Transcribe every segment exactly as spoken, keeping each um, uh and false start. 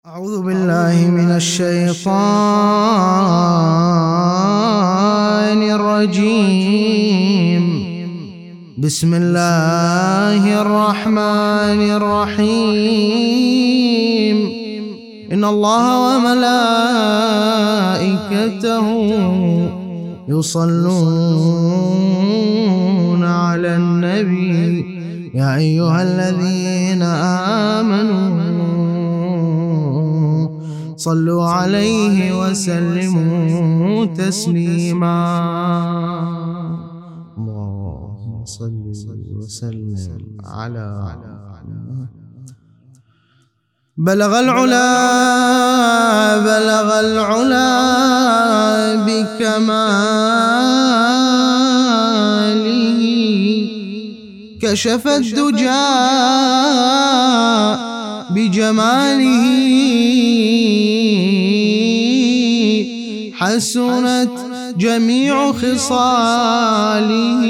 أعوذ بالله من الشيطان الرجيم. بسم الله الرحمن الرحيم. إن الله وملائكته يصلون على النبي يا أيها الذين آمنوا صلوا عليه وسلموا تسليما. اللهم صل وسلم على بلغ العلا بلغ العلا بكماله، كشف الدجى بجماله، حسنت جميع خصاله.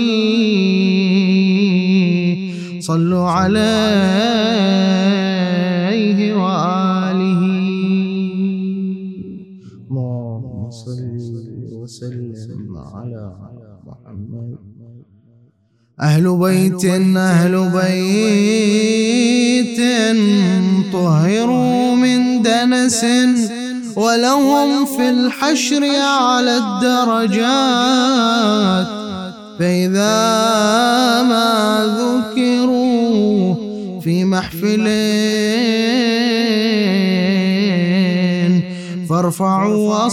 صلوا عليه وآله. اللهم صل وسلم على محمد. أهل بيت أهل بيت طهروا من دنس، ولهم في الحشر أعلى الدرجات. فإذا ما ذكروا في محفل فارفعوا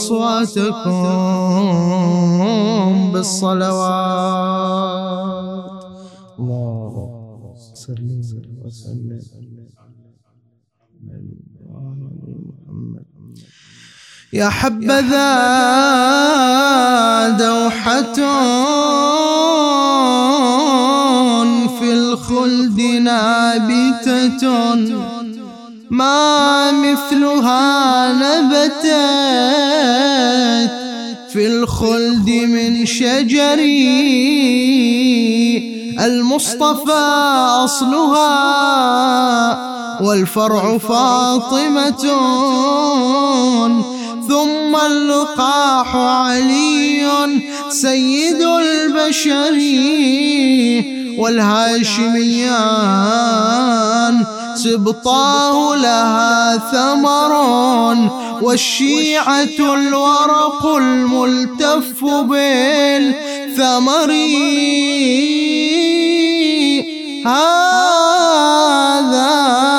أصواتكم بالصلوات. اللهم صل وسلم يا حبذا دوحة في الخلد نابتة، ما مثلها نبتت في الخلد من شجر المصطفى أصلها، والفرع فاطمة، ثم اللقاح علي سيد البشر، والهاشميان سبطاه لها ثمر، والشيعة الورق الملتف بالثمر. هذا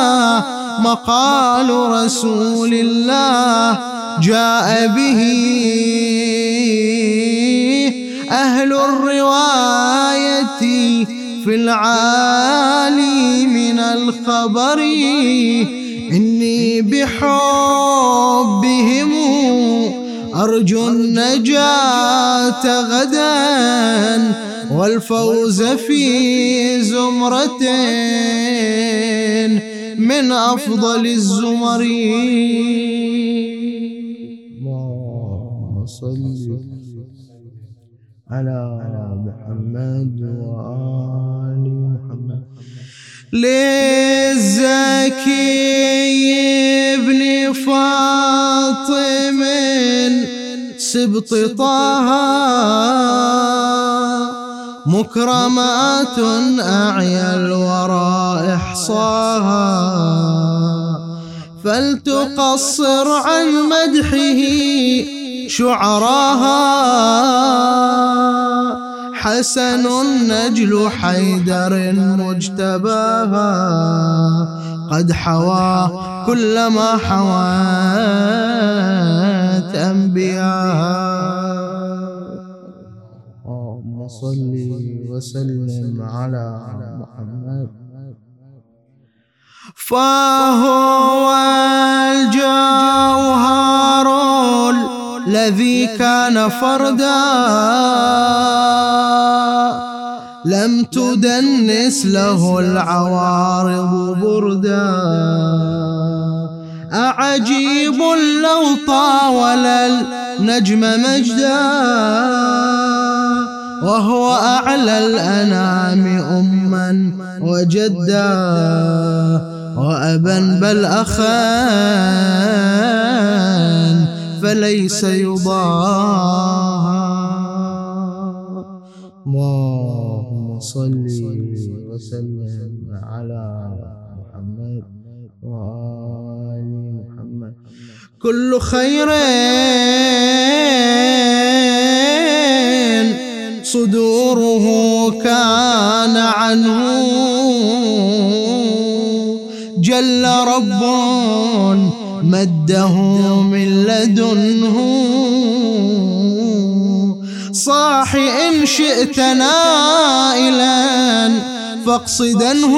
مقال رسول الله جاء به أهل الرواية في العالي من الخبر. إني بحبهم أرجو النجاة غدا، والفوز في زمرة من أفضل الزمر. اللهم صل على محمد وآل محمد. للزكي ابن فاطم سبط طه مكرمات أعيا الورى إحصاها، فلتقصر عن مدحه شعراها. حسن نجل حيدر مجتباها، قد حوى كل ما حوات أنبياها. اللهم صل وسلم على محمد. فهو الجوهر الذي كان فردا، لم تدنس له العوارض بردا. أعجيب لو طاول النجم مجدا، وهو أعلى الأنام أما وجدا، وأبا بل أخا فليس يضاهى. اللهم صل وسلم على محمد وآل محمد. كل خير صدوره كان عنه جل رب مده من لدنه. صاح إن شئت نائلا فاقصدنه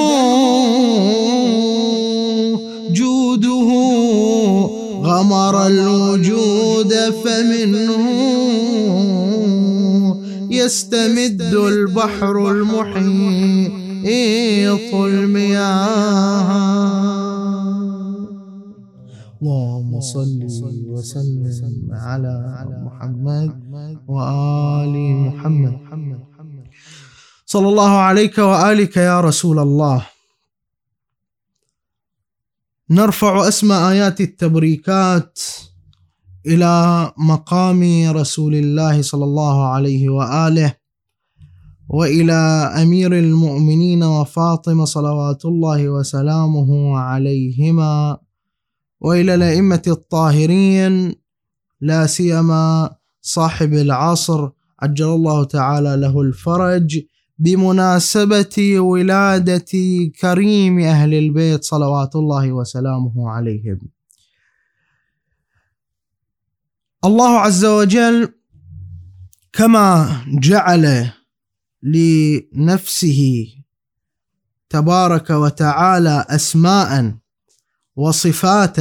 جوده غمر الوجود فمنه يستمد البحر المحيط المياه. اللهم صل وسلم على محمد وآل محمد. صلى الله عليك وآلك يا رسول الله. نرفع أسمى آيات التبريكات إلى مقام رسول الله صلى الله عليه وآله، وإلى أمير المؤمنين وفاطمة صلوات الله وسلامه عليهما، وإلى الأئمة الطاهرين، لا سيما صاحب العصر عجل الله تعالى له الفرج، بمناسبة ولادة كريم أهل البيت صلوات الله وسلامه عليهم. الله عز وجل كما جعل لنفسه تبارك وتعالى أسماء وصفات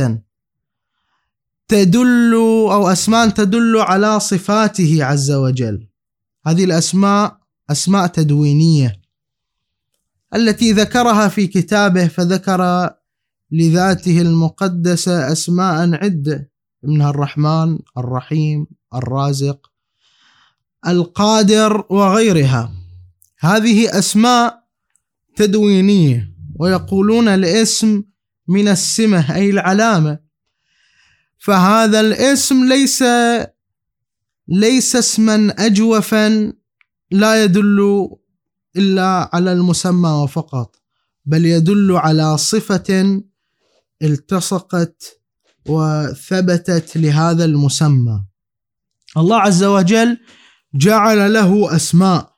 تدل أو أسماء تدل على صفاته عز وجل. هذه الأسماء أسماء تدوينية التي ذكرها في كتابه، فذكر لذاته المقدسة أسماء عدة، منها الرحمن، الرحيم، الرازق، القادر وغيرها. هذه أسماء تدوينية، ويقولون الاسم من السمة أي العلامة، فهذا الاسم ليس ليس اسما أجوفا لا يدل إلا على المسمى فقط، بل يدل على صفة التصقت وثبتت لهذا المسمى. الله عز وجل جعل له أسماء،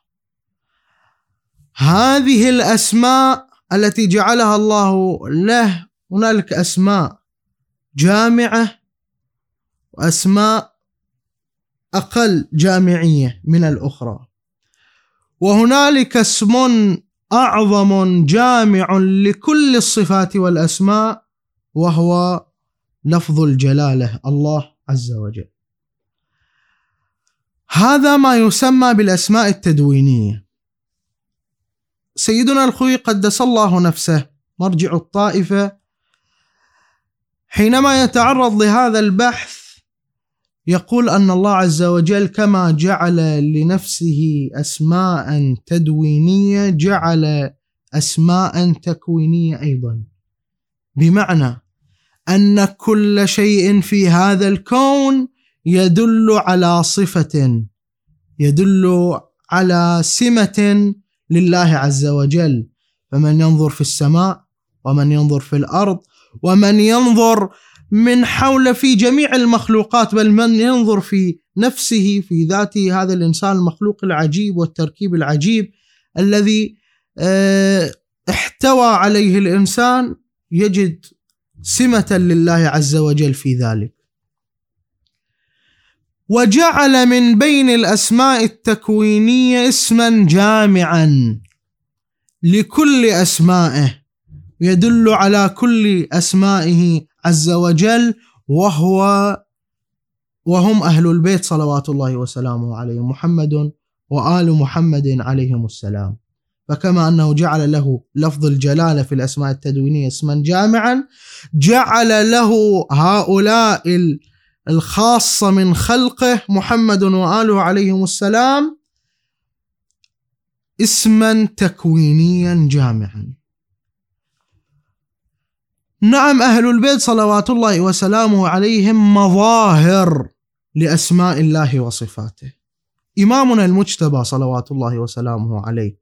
هذه الأسماء التي جعلها الله له، هنالك أسماء جامعة وأسماء أقل جامعية من الأخرى، وهنالك اسم أعظم جامع لكل الصفات والأسماء، وهو لفظ الجلالة الله عز وجل. هذا ما يسمى بالأسماء التدوينية. سيدنا الخوي قدس الله نفسه مرجع الطائفة حينما يتعرض لهذا البحث يقول أن الله عز وجل كما جعل لنفسه أسماء تدوينية جعل أسماء تكوينية أيضا، بمعنى أن كل شيء في هذا الكون يدل على صفة، يدل على سمة لله عز وجل. فمن ينظر في السماء ومن ينظر في الأرض ومن ينظر من حول في جميع المخلوقات، بل من ينظر في نفسه في ذاته، هذا الإنسان المخلوق العجيب والتركيب العجيب الذي احتوى عليه الإنسان، يجد سمة لله عز وجل في ذلك. وجعل من بين الأسماء التكوينية اسما جامعا لكل أسمائه يدل على كل أسمائه عز وجل، وهو وهم أهل البيت صلوات الله وسلامه عليهم، محمد وآل محمد عليهم السلام. فكما أنه جعل له لفظ الجلالة في الأسماء التدوينية اسما جامعا، جعل له هؤلاء الخاصة من خلقه محمد وآله عليهم السلام اسما تكوينيا جامعا. نعم، أهل البيت صلوات الله وسلامه عليهم مظاهر لأسماء الله وصفاته. إمامنا المجتبى صلوات الله وسلامه عليه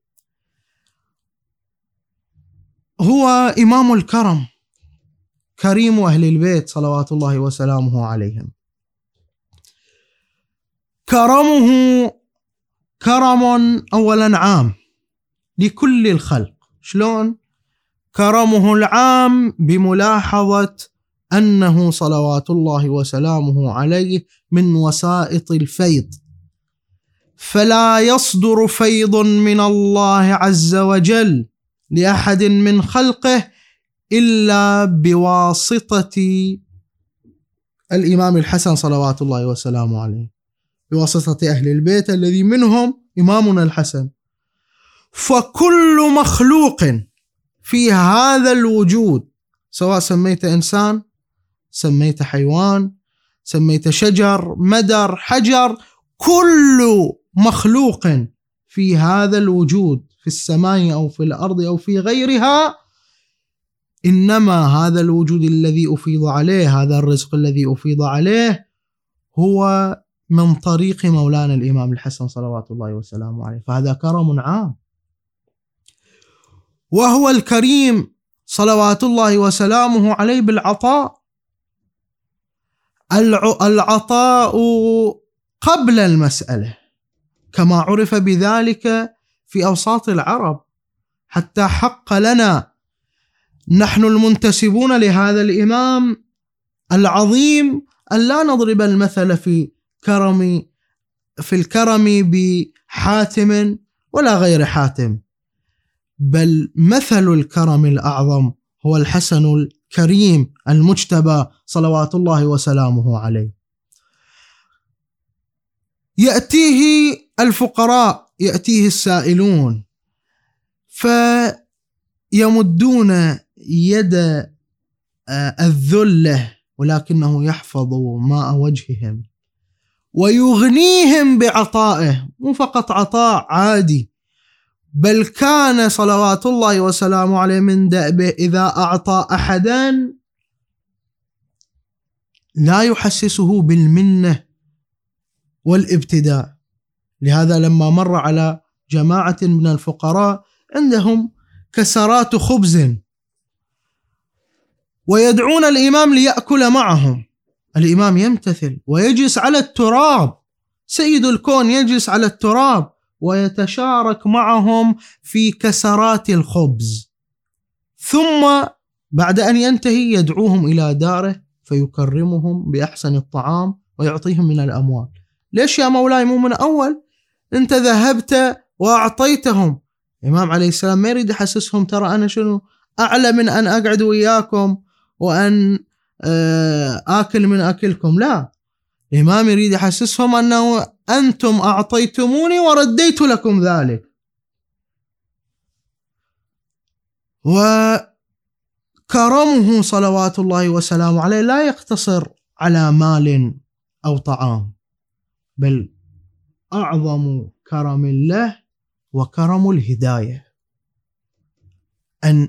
هو إمام الكرم، كريم أهل البيت صلوات الله وسلامه عليهم. كرمه كرم أولا عام لكل الخلق. شلون؟ كرمه العام بملاحظة أنه صلوات الله وسلامه عليه من وسائط الفيض، فلا يصدر فيض من الله عز وجل لأحد من خلقه إلا بواسطة الإمام الحسن صلوات الله وسلامه عليه، بواسطة أهل البيت الذي منهم إمامنا الحسن. فكل مخلوق في هذا الوجود، سواء سميت إنسان، سميت حيوان، سميت شجر، مدر، حجر، كل مخلوق في هذا الوجود في السماء أو في الأرض أو في غيرها، إنما هذا الوجود الذي أفيض عليه، هذا الرزق الذي أفيض عليه، هو من طريق مولانا الإمام الحسن صلوات الله وسلامه عليه. فهذا كرم عام. وهو الكريم صلوات الله وسلامه عليه بالعطاء. العطاء قبل المسألة، كما عرف بذلك في أوساط العرب، حتى حق لنا نحن المنتسبون لهذا الإمام العظيم أن لا نضرب المثل في كرم في الكرم بحاتم ولا غير حاتم، بل مثل الكرم الأعظم هو الحسن الكريم المجتبى صلوات الله وسلامه عليه. يأتيه الفقراء، يأتيه السائلون، فيمدون يد الذلة ولكنه يحفظ ماء وجههم ويغنيهم بعطائه، مو فقط عطاء عادي، بل كان صلوات الله وسلامه عليه من دأبه إذا أعطى أحدا لا يحسسه بالمنة والابتداء. لهذا لما مر على جماعة من الفقراء عندهم كسرات خبز ويدعون الإمام ليأكل معهم، الإمام يمتثل ويجلس على التراب، سيد الكون يجلس على التراب ويتشارك معهم في كسرات الخبز، ثم بعد أن ينتهي يدعوهم إلى داره فيكرمهم بأحسن الطعام ويعطيهم من الأموال. ليش يا مولاي مو من أول؟ أنت ذهبت وأعطيتهم. الإمام عليه السلام ما يريد يحسسهم ترى أنا شنو أعلى من أن أقعد وياكم وأن آكل من أكلكم، لا، الإمام يريد يحسسهم أنه أنتم أعطيتموني ورديت لكم ذلك. وكرمه صلوات الله وسلامه عليه لا يقتصر على مال أو طعام، بل أعظم كرم الله وكرم الهداية، أن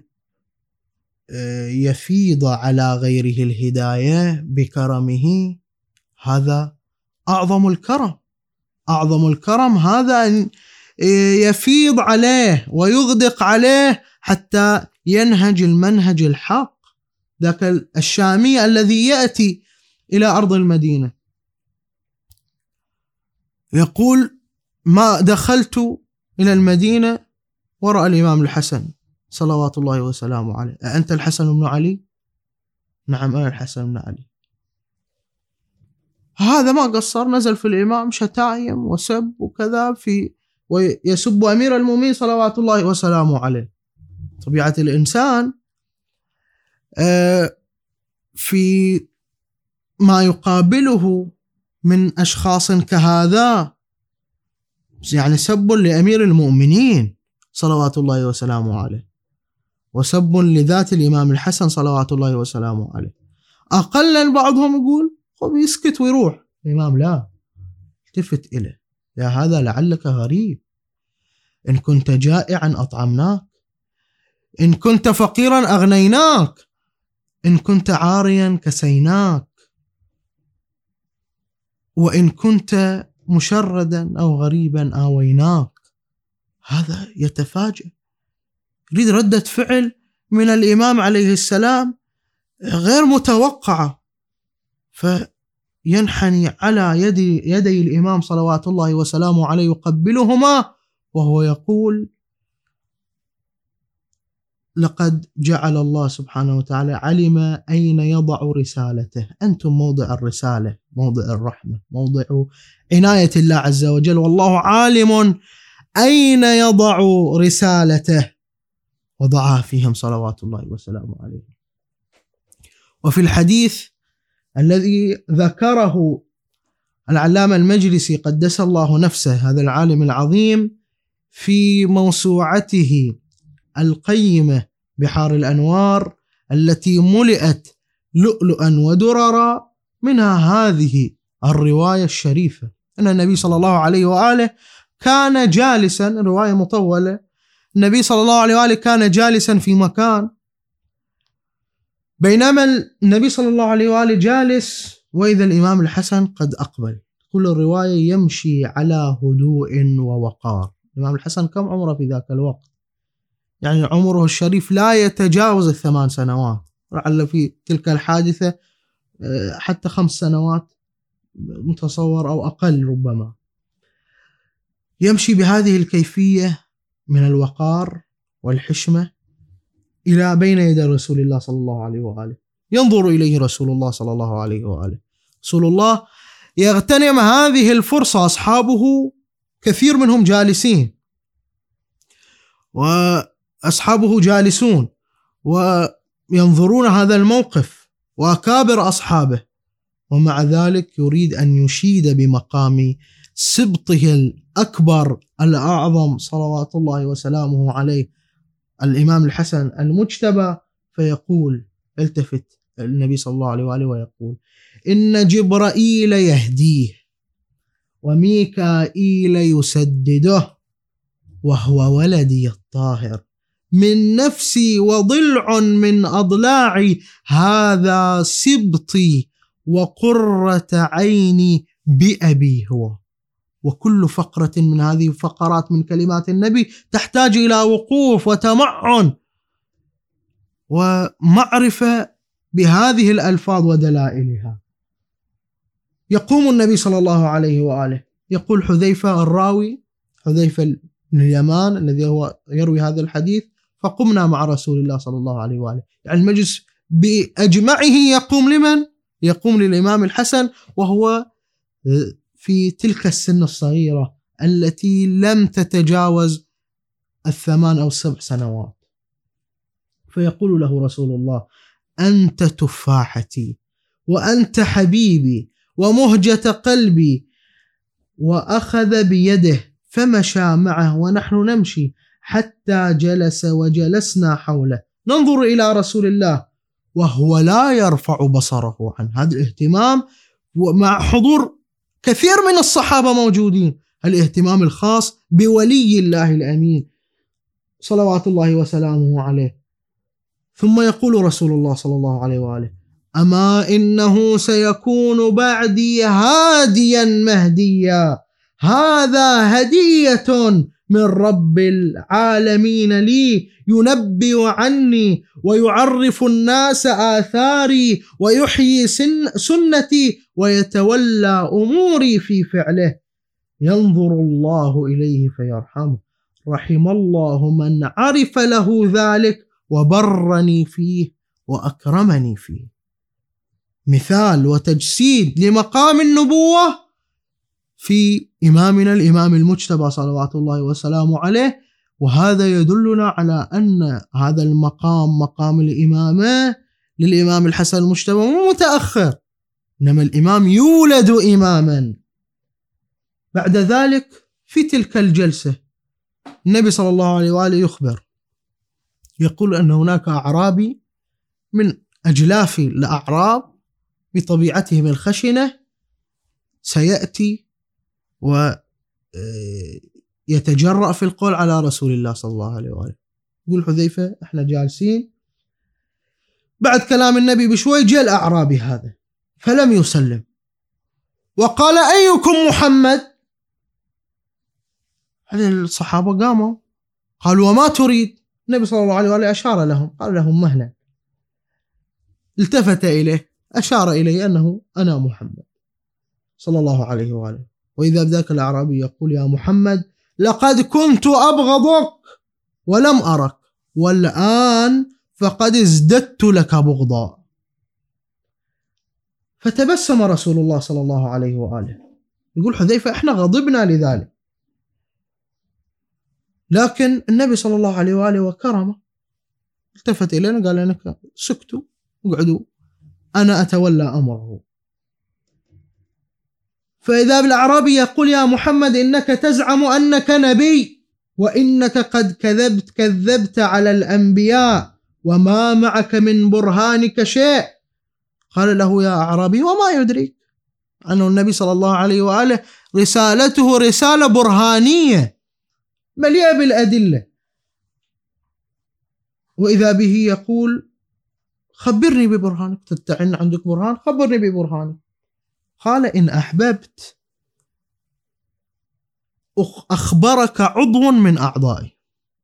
يفيض على غيره الهداية بكرمه. هذا أعظم الكرم. أعظم الكرم هذا أن يفيض عليه ويغدق عليه حتى ينهج المنهج الحق، ذاك الشامي الذي يأتي إلى أرض المدينة يقول: ما دخلت إلى المدينة ورأى الإمام الحسن صلوات الله وسلامه عليه. أنت الحسن بن علي؟ نعم أنا الحسن بن علي. هذا ما قصر، نزل في الإمام شتائم وسب وكذا في ويسب أمير المؤمنين صلوات الله وسلامه عليه. طبيعة الإنسان في ما يقابله من أشخاص كهذا، يعني سب لأمير المؤمنين صلوات الله وسلامه عليه وسب لذات الإمام الحسن صلوات الله وسلامه عليه. أقل بعضهم يقول خب يسكت ويروح. الإمام لا، التفت إليه: يا هذا لعلك غريب، إن كنت جائعا أطعمناك، إن كنت فقيرا أغنيناك، إن كنت عاريا كسيناك، وإن كنت مشردا أو غريبا آويناك. هذا يتفاجأ، يريد ردة فعل من الإمام عليه السلام غير متوقعة، فينحني على يدي, يدي الإمام صلوات الله وسلامه عليه يقبلهما وهو يقول: لقد جعل الله سبحانه وتعالى علم أين يضع رسالته، أنتم موضع الرسالة، موضع الرحمة، موضع عناية الله عز وجل، والله عالم أين يضع رسالته، وضعها فيهم صلوات الله وسلامه عليه. وفي الحديث الذي ذكره العلامة المجلسي قدس الله نفسه، هذا العالم العظيم، في موسوعته القيمة بحار الأنوار التي ملئت لؤلؤا ودررا، منها هذه الرواية الشريفة أن النبي صلى الله عليه وآله كان جالسا، رواية مطولة، النبي صلى الله عليه وآله كان جالسا في مكان، بينما النبي صلى الله عليه وآله جالس وإذا الإمام الحسن قد أقبل. كل الرواية يمشي على هدوء ووقار. الإمام الحسن كم عمره في ذاك الوقت؟ يعني عمره الشريف لا يتجاوز الثمان سنوات، لعل في تلك الحادثة حتى خمس سنوات متصور أو أقل ربما. يمشي بهذه الكيفية من الوقار والحشمة إلى بين يدي رسول الله صلى الله عليه وآله، ينظر إليه رسول الله صلى الله عليه وآله. رسول الله يغتنم هذه الفرصة، أصحابه كثير منهم جالسين وأصحابه جالسون وينظرون هذا الموقف وأكابر أصحابه، ومع ذلك يريد أن يشيد بمقام سبطه الأكبر الأعظم صلوات الله وسلامه عليه الإمام الحسن المجتبى، فيقول، التفت النبي صلى الله عليه وآله ويقول: إن جبرائيل يهديه وميكائيل يسدده وهو ولدي الطاهر من نفسي وضلع من أضلاعي، هذا سبطي وقرة عيني بأبي هو. وكل فقرة من هذه الفقرات من كلمات النبي تحتاج إلى وقوف وتمعن ومعرفة بهذه الألفاظ ودلائلها. يقوم النبي صلى الله عليه وآله، يقول حذيفة الراوي، حذيفة بن اليمان الذي هو يروي هذا الحديث: فقمنا مع رسول الله صلى الله عليه وآله. يعني المجلس بأجمعه يقوم لمن؟ يقوم للإمام الحسن، وهو في تلك السن الصغيرة التي لم تتجاوز الثمان أو السبع سنوات. فيقول له رسول الله: أنت تفاحتي وأنت حبيبي ومهجة قلبي. وأخذ بيده فمشى معه ونحن نمشي حتى جلس وجلسنا حوله ننظر إلى رسول الله وهو لا يرفع بصره عن هذا الاهتمام، ومع حضور كثير من الصحابة موجودين، الاهتمام الخاص بولي الله الأمين صلوات الله وسلامه عليه. ثم يقول رسول الله صلى الله عليه وآله: أما إنه سيكون بعدي هاديا مهديا، هذا هدية من رب العالمين لي، ينبئ عني ويعرف الناس آثاري ويحيي سنتي ويتولى أموري في فعله، ينظر الله إليه فيرحمه، رحم الله من عرف له ذلك وبرني فيه وأكرمني فيه. مثال وتجسيد لمقام النبوة في إمامنا الإمام المجتبى صلوات الله وسلامه عليه. وهذا يدلنا على أن هذا المقام، مقام الإمامة للإمام الحسن المجتبى، مو متأخر، إنما الإمام يولد إماما. بعد ذلك في تلك الجلسة النبي صلى الله عليه وآله يخبر، يقول أن هناك أعرابي من أجلاف الأعراب بطبيعتهم الخشنة سيأتي ويتجرأ في القول على رسول الله صلى الله عليه وآله. يقول حذيفة: احنا جالسين بعد كلام النبي بشوي جاء الأعرابي هذا فلم يسلم وقال أيكم محمد؟ هذه الصحابة قاموا قالوا وما تريد؟ النبي صلى الله عليه وآله أشار لهم قال لهم مهلا. التفت إليه أشار إليه أنه أنا محمد صلى الله عليه وآله. وإذا بذاك الأعرابي يقول يا محمد لقد كنت أبغضك ولم أرك والآن فقد ازددت لك بغضا. فتبسم رسول الله صلى الله عليه وآله. يقول حذيفة احنا غضبنا لذلك لكن النبي صلى الله عليه وآله وكرمه التفت إلينا قال لنا سكتوا اقعدوا أنا أتولى أمره. فإذا بالأعرابي يقول يا محمد إنك تزعم أنك نبي وإنك قد كذبت كذبت على الأنبياء وما معك من برهانك شيء. قال له يا أعرابي وما يدريك أن النبي صلى الله عليه وآله رسالته رسالة برهانية مليئة بالأدلة. وإذا به يقول خبرني ببرهانك تدعي عندك برهان خبرني ببرهانك. قال إن أحببت أخبرك عضو من أعضائي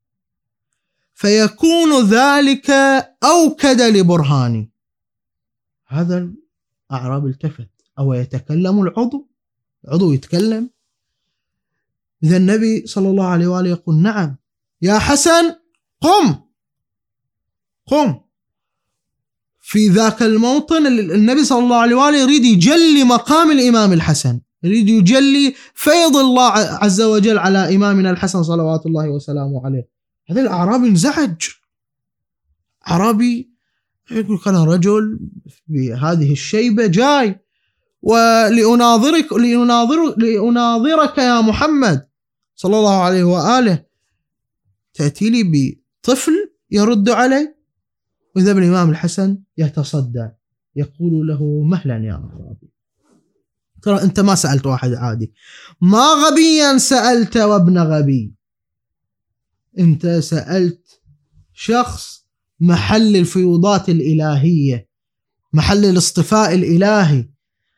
فيكون ذلك أوكد لبرهاني. هذا الأعراب التفت أو يتكلم العضو عضو يتكلم. إذا النبي صلى الله عليه وآله يقول نعم يا حسن قم قم. في ذاك الموطن النبي صلى الله عليه وآله يريد يجلي مقام الإمام الحسن يريد يجلي فيض الله عز وجل على إمامنا الحسن صلوات الله وسلامه عليه. هذا الأعرابي انزعج. أعرابي يقول كان رجل بهذه الشيبة جاي ولأناظرك لأناظر لأناظرك يا محمد صلى الله عليه وآله تأتي لي بطفل يرد علي. وإذا بالإمام الحسن يتصدى يقول له مهلا يا أعرابي ترى أنت ما سألت واحد عادي ما غبيا سألت وابن غبي أنت سألت شخص محل الفيوضات الإلهية محل الاصطفاء الإلهي.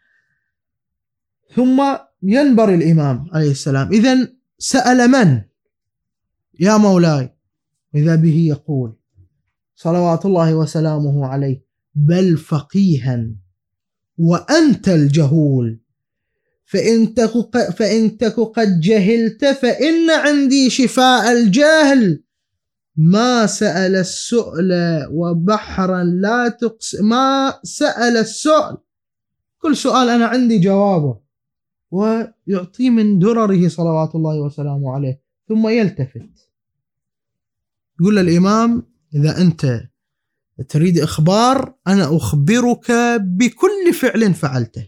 ثم ينبر الإمام عليه السلام إذن سأل من يا مولاي؟ إذا به يقول صلوات الله وسلامه عليه بل فقيها وأنت الجهول فإن تك, فإن تك قد جهلت فإن عندي شفاء الجهل ما سأل السؤل وبحرا لا تقس ما سأل السؤل كل سؤال أنا عندي جوابه. ويعطي من درره صلوات الله وسلامه عليه. ثم يلتفت يقول الإمام إذا أنت تريد إخبار أنا أخبرك بكل فعل فعلته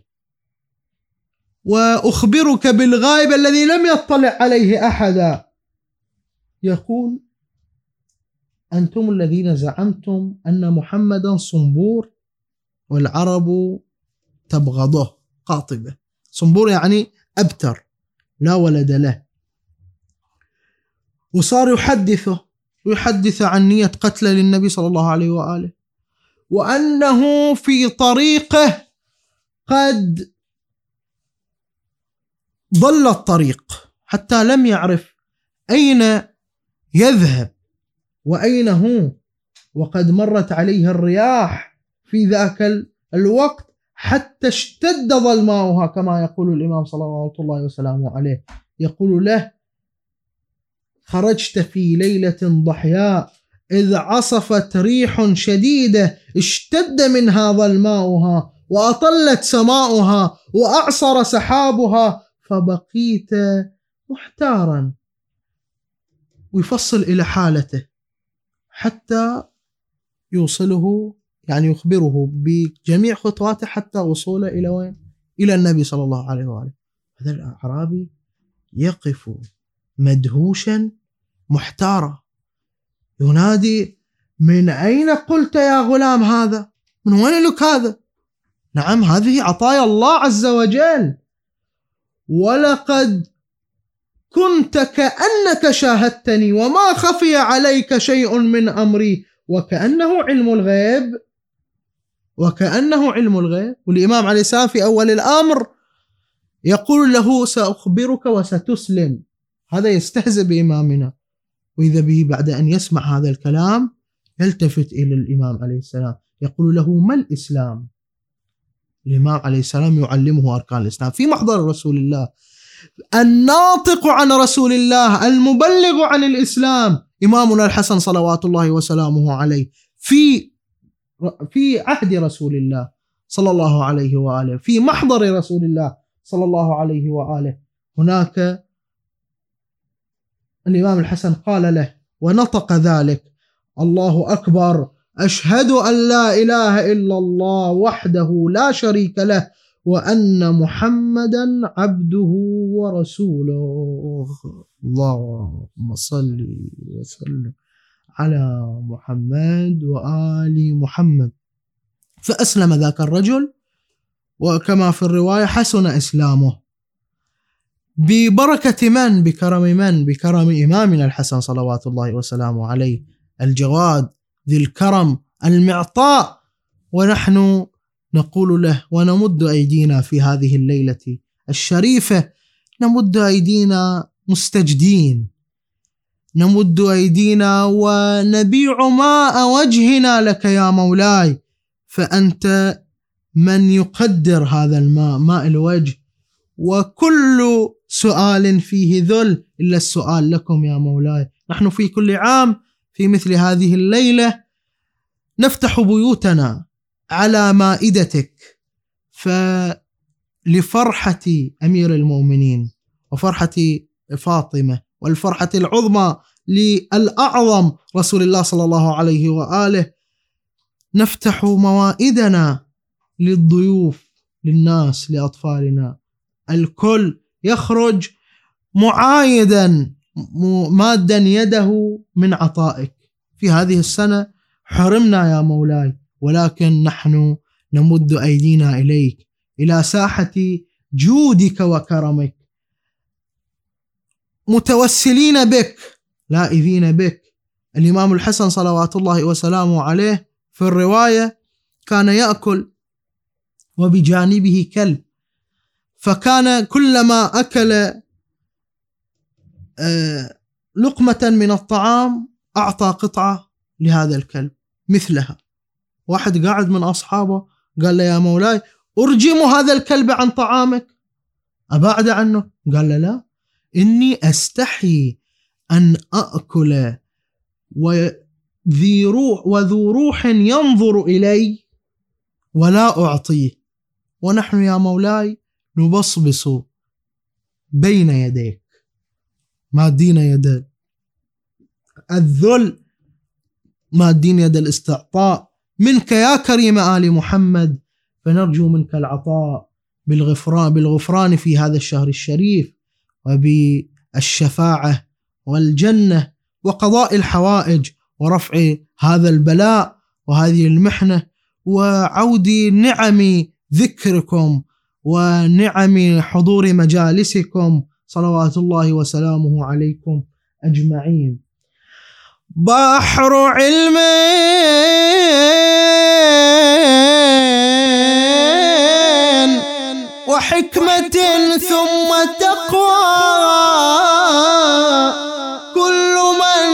وأخبرك بالغائب الذي لم يطلع عليه أحدا. يقول أنتم الذين زعمتم أن محمدا صنبور والعرب تبغضه قاطبة. صنبور يعني أبتر لا ولد له. وصار يحدثه ويحدث عن نية قتل للنبي صلى الله عليه وآله وأنه في طريقه قد ضل الطريق حتى لم يعرف أين يذهب وأين هو وقد مرت عليه الرياح في ذاك الوقت حتى اشتد ظلماؤها كما يقول الإمام صلوات الله وسلامه عليه. يقول له خرجت في ليلة ضحياء إذ عصفت ريح شديدة اشتد منها ظلماؤها وأطلت سماؤها وأعصر سحابها فبقيت محتارا. ويفصل إلى حالته حتى يوصله يعني يخبره بجميع خطواته حتى وصوله إلى وين؟ إلى النبي صلى الله عليه وآله. هذا الأعرابي يقف مدهوشا محتارا ينادي من أين قلت يا غلام هذا؟ من وين لك هذا؟ نعم هذه عطايا الله عز وجل ولقد كنت كأنك شاهدتني وما خفي عليك شيء من أمري وكأنه علم الغيب وكأنه علم الغيب. والإمام عليه السلام في أول الأمر يقول له سأخبرك وستسلم، هذا يستهزئ بإمامنا. وإذا به بعد أن يسمع هذا الكلام يلتفت إلى الإمام عليه السلام يقول له ما الإسلام؟ الإمام عليه السلام يعلمه أركان الإسلام في محضر رسول الله، الناطق عن رسول الله، المبلغ عن الإسلام إمامنا الحسن صلوات الله وسلامه عليه في في عهد رسول الله صلى الله عليه وآله، في محضر رسول الله صلى الله عليه وآله. هناك الإمام الحسن قال له ونطق ذلك: الله أكبر، أشهد أن لا إله إلا الله وحده لا شريك له وأن محمدا عبده ورسوله. اللهم صل وسلم على محمد وآل محمد. فأسلم ذاك الرجل، وكما في الرواية حسن إسلامه ببركة من؟ بكرم من؟ بكرم إمامنا الحسن صلوات الله وسلامه عليه، الجواد ذي الكرم المعطاء. ونحن نقول له ونمد أيدينا في هذه الليلة الشريفة، نمد أيدينا مستجدين، نمد أيدينا ونبيع ماء وجهنا لك يا مولاي، فأنت من يقدر هذا الماء، ماء الوجه. وكل سؤال فيه ذل إلا السؤال لكم يا مولاي. نحن في كل عام في مثل هذه الليلة نفتح بيوتنا على مائدتك، فلفرحة أمير المؤمنين وفرحة فاطمة والفرحة العظمى للأعظم رسول الله صلى الله عليه وآله نفتح موائدنا للضيوف، للناس، لأطفالنا. الكل يخرج معايدا مادا يده من عطائك. في هذه السنة حرمنا يا مولاي، ولكن نحن نمد أيدينا إليك إلى ساحة جودك وكرمك، متوسلين بك، لائذين بك. الإمام الحسن صلوات الله وسلامه عليه في الرواية كان يأكل وبجانبه كلب، فكان كلما أكل لقمة من الطعام أعطى قطعة لهذا الكلب مثلها. واحد قاعد من أصحابه قال له يا مولاي أرجم هذا الكلب عن طعامك، أبعد عنه. قال له لا، إني أستحي أن أأكل وذي روح وذو روح ينظر إلي ولا أعطيه، ونحن يا مولاي نبصبص بين يديك مادين يد الذل، مادين يد الاستعطاء منك يا كريم آل محمد، فنرجو منك العطاء بالغفران بالغفران في هذا الشهر الشريف، وبالشفاعة والجنة وقضاء الحوائج ورفع هذا البلاء وهذه المحنة وعود نعم ذكركم ونعم حضور مجالسكم صلوات الله وسلامه عليكم أجمعين. بحر علم وحكمة ثم تقوى، كل من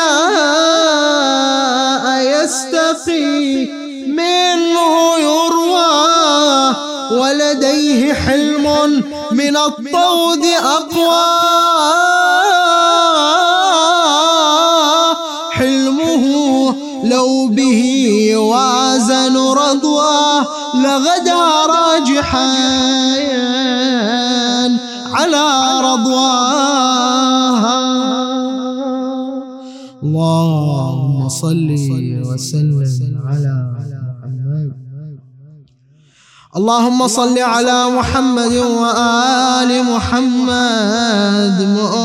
جاء يستقي منه يروى، ولديه حلم من الطود أقوى، حلمه لو به وازن رضوى لغدا راجحا على رضواها. اللهم صل وسلم على محمد. اللهم صل على محمد وآل محمد.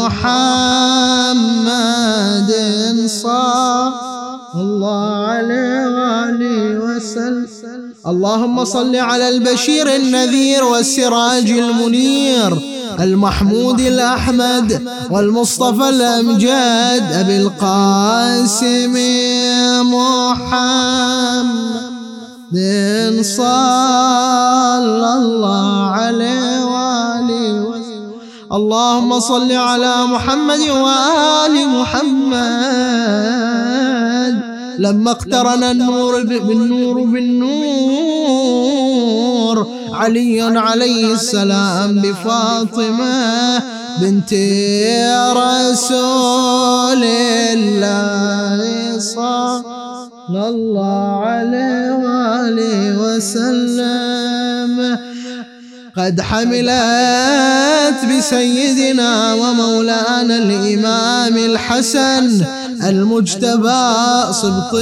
محمد صلى الله عليه وسلم. اللهم صل على البشير النذير والسراج المنير المحمود الأحمد والمصطفى الأمجد أبي القاسم محمد. صلى الله عليه وآله وسلم. اللهم صل على محمد وآل محمد. لما اقترن النور بالنور بالنور علي عليه السلام بفاطمة بنت رسول الله صلى الله عليه وآله وسلم قد حملت بسيدنا ومولانا الإمام الحسن المجتبى صبط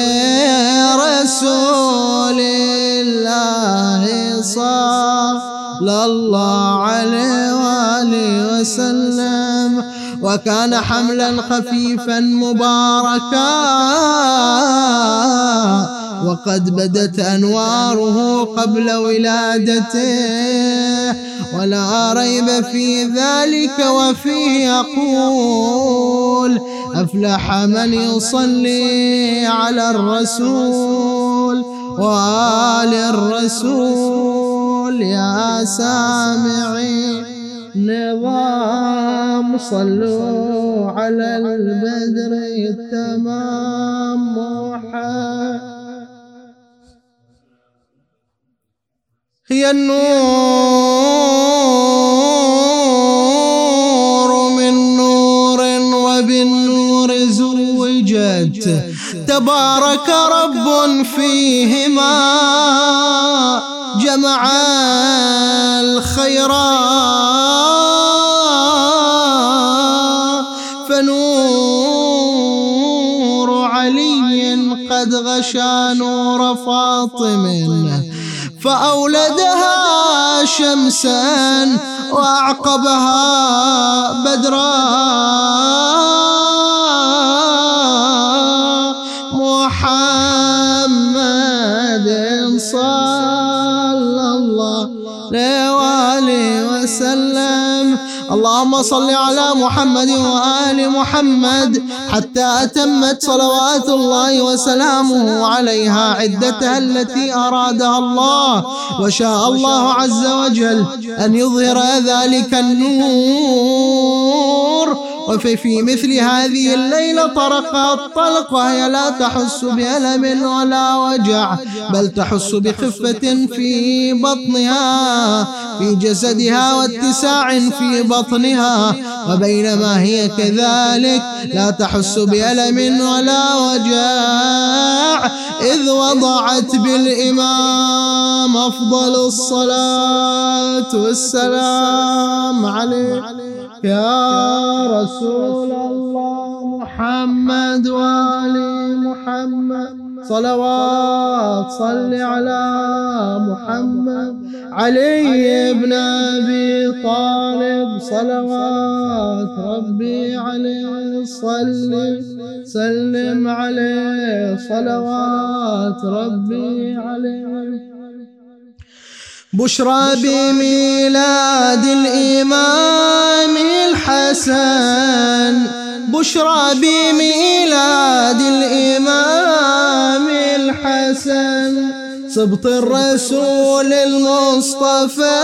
رسول الله صلى الله عليه وآله وسلم. وكان حملا خفيفا مباركا وقد بدت أنواره قبل ولادته ولا ريب في ذلك. وفيه يقول أفلح من يصلي على الرسول وآل الرسول. يا سامعي نظام صلوا على البدر التمام محمد. هي النور من نور وبالنور زوجت تبارك رب فيهما جمع الخيرات. فنور علي قد غشى نور فاطم فأولدها شمسا وأعقبها بدرا. محمد صلى الله عليه وسلم. اللهم صل على محمد وآل محمد حتى أتمت صلوات الله وسلامه عليها عدتها التي أرادها الله وشاء الله عز وجل أن يظهر ذلك النور. وفي في مثل هذه الليلة طرقها الطلق وهي لا تحس بألم ولا وجع بل تحس بخفة في بطنها في جسدها واتساع في بطنها. وبينما هي كذلك لا تحس بألم ولا وجع إذ وضعت بالإمام أفضل الصلاة والسلام عليه يا رسول الله محمد وآل محمد صلوات صل على محمد علي بن أبي طالب صلوات ربي عليه صل سلم عليه صلوات ربي عليه. بشرى بميلاد الإمام الحسن بشرى بميلاد الإمام الحسن سبط الرسول المصطفى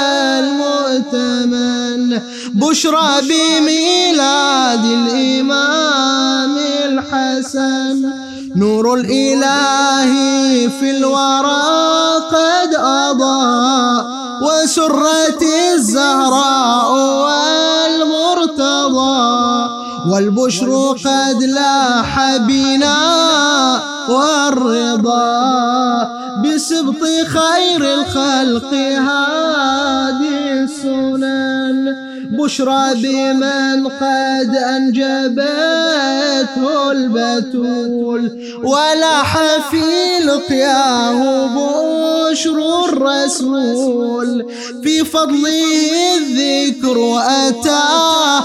المؤتمن. بشرى بميلاد الإمام الحسن نور الإله في الورى قد أضاء وسرت الزهراء والمرتضى والبشر قد لاح بنا والرضا بسبط خير الخلق هادي السنن. بشرى بمن قد أنجبته البتول ولاح في لقياه بشر الرسول. في فضله الذكر أتاه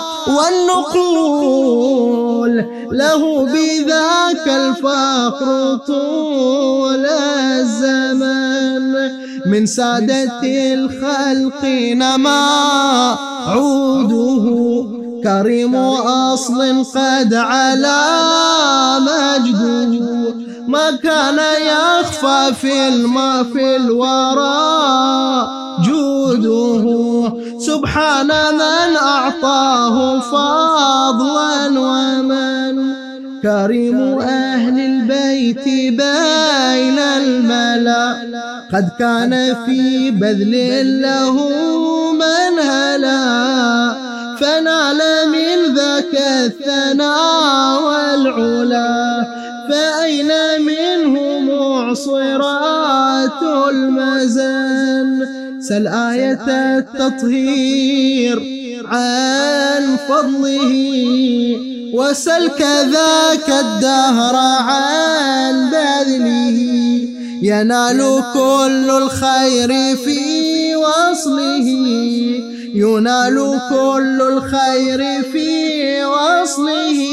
والنقول له بذاك الفخر طول الزمن. من سادة الخلق نما عوده كريم أصل قد علا مجده ما كان يخفى في الماء في الورى جوده، سبحان من أعطاه فضلا ومن. كريم أهل البيت بين الملا قد كان في بذل له منهلا، فنال من ذاك الثناء والعلا، فأين منه معصرات المزن. سل آية التطهير عن فضله، وسل كذاك الدهر عن بذله. ينال كل الخير في وصله، ينال كل الخير في وصله،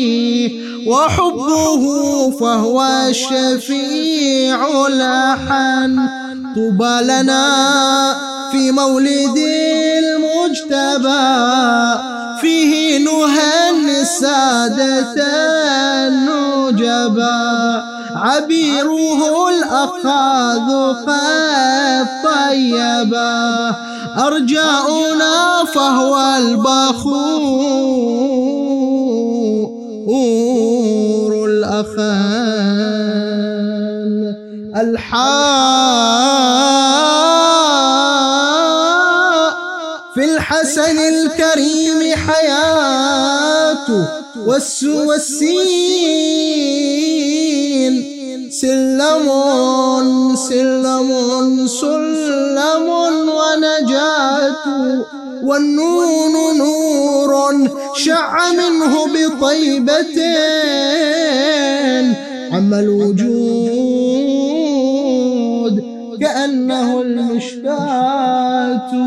وحبه فهو الشفيع الأحن. طوبى لنا في مولد المجتبى، فيه نهني السادة النجبا، عبيره الأخاذ قد طيبا، أرجاؤنا فهو البخور الأخان. الحاء في الحسن الكريم حياته، والسين سلم سلم سلم ونجاة، والنون نور شع منه بطيبة عم الوجود كأنه المشكاة.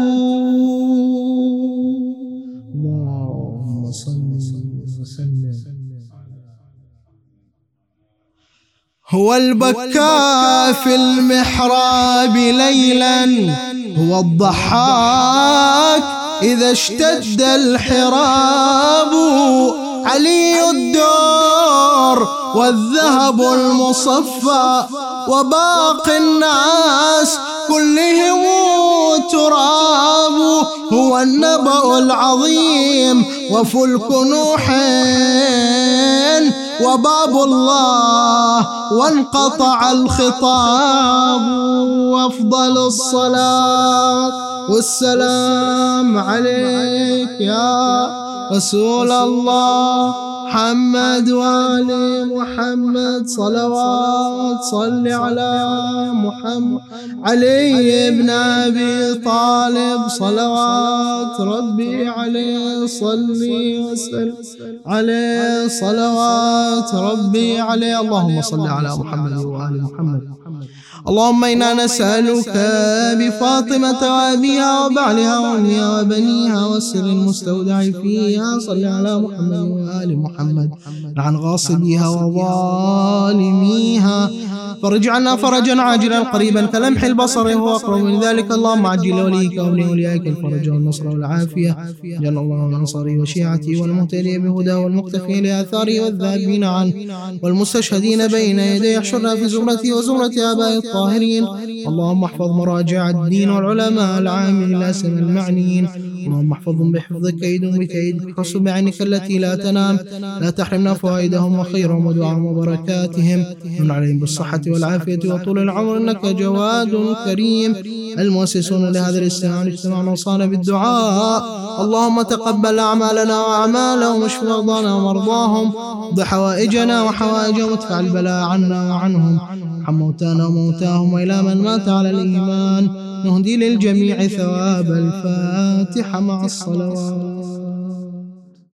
اللهم صل وسلم. هو البكاء في المحراب ليلا، هو الضحاك إذا اشتد الحراب، علي الدار والذهب المصفى، وباقي الناس كلهم تراب. هو النبأ العظيم وفلك نوح وباب الله وانقطع الخطاب. وأفضل الصلاة والسلام عليك يا رسول الله محمد وآل محمد، صلوات صل على محمد. علي بن أبي طالب صلوات ربي عليه، صلي وسلم عليه صلوات ربي عليه. اللهم صل على محمد وآل محمد. اللهم إنا نسألك بفاطمة وأبيها وبعلها وأمها وبنيها والسر المستودع فيها، صل على محمد وآل محمد. لعن غاصبيها وظالميها، فرج عنا فرجا عاجلا قريبا كلمح البصر هو أقرب من ذلك. اللهم عجل وليك ووليائك الفرج والنصر والعافية. جل الله من أنصاره وشيعته والمهتدي بهداه والمقتفي لآثاره والذابين عنه والمستشهدين بين يديه، احشرنا في زمرته وزمرة آبائه الطاهرين. اللهم احفظ مراجع الدين والعلماء العاملين الأسم المعنيين، اللهم احفظهم بحفظك كيدهم بكيدك، خص بعينك التي لا تنام، لا تحرمنا فوائدهم وخيرهم ودعاهم وبركاتهم، من عليهم بالصحة والعافية وطول العمر إنك جواد كريم. المؤسسون لهذا الاجتماع اجتماعنا وصانا بالدعاء، اللهم تقبل أعمالنا وأعمالهم، واشف مرضانا ومرضاهم، اقض حوائجنا وحوائجهم، وادفع البلاء عنا وعنهم، عن موتانا وموتاهم، وإلى من مات على الإيمان نهدي للجميع ثواب الفاتحة مع الصلوات.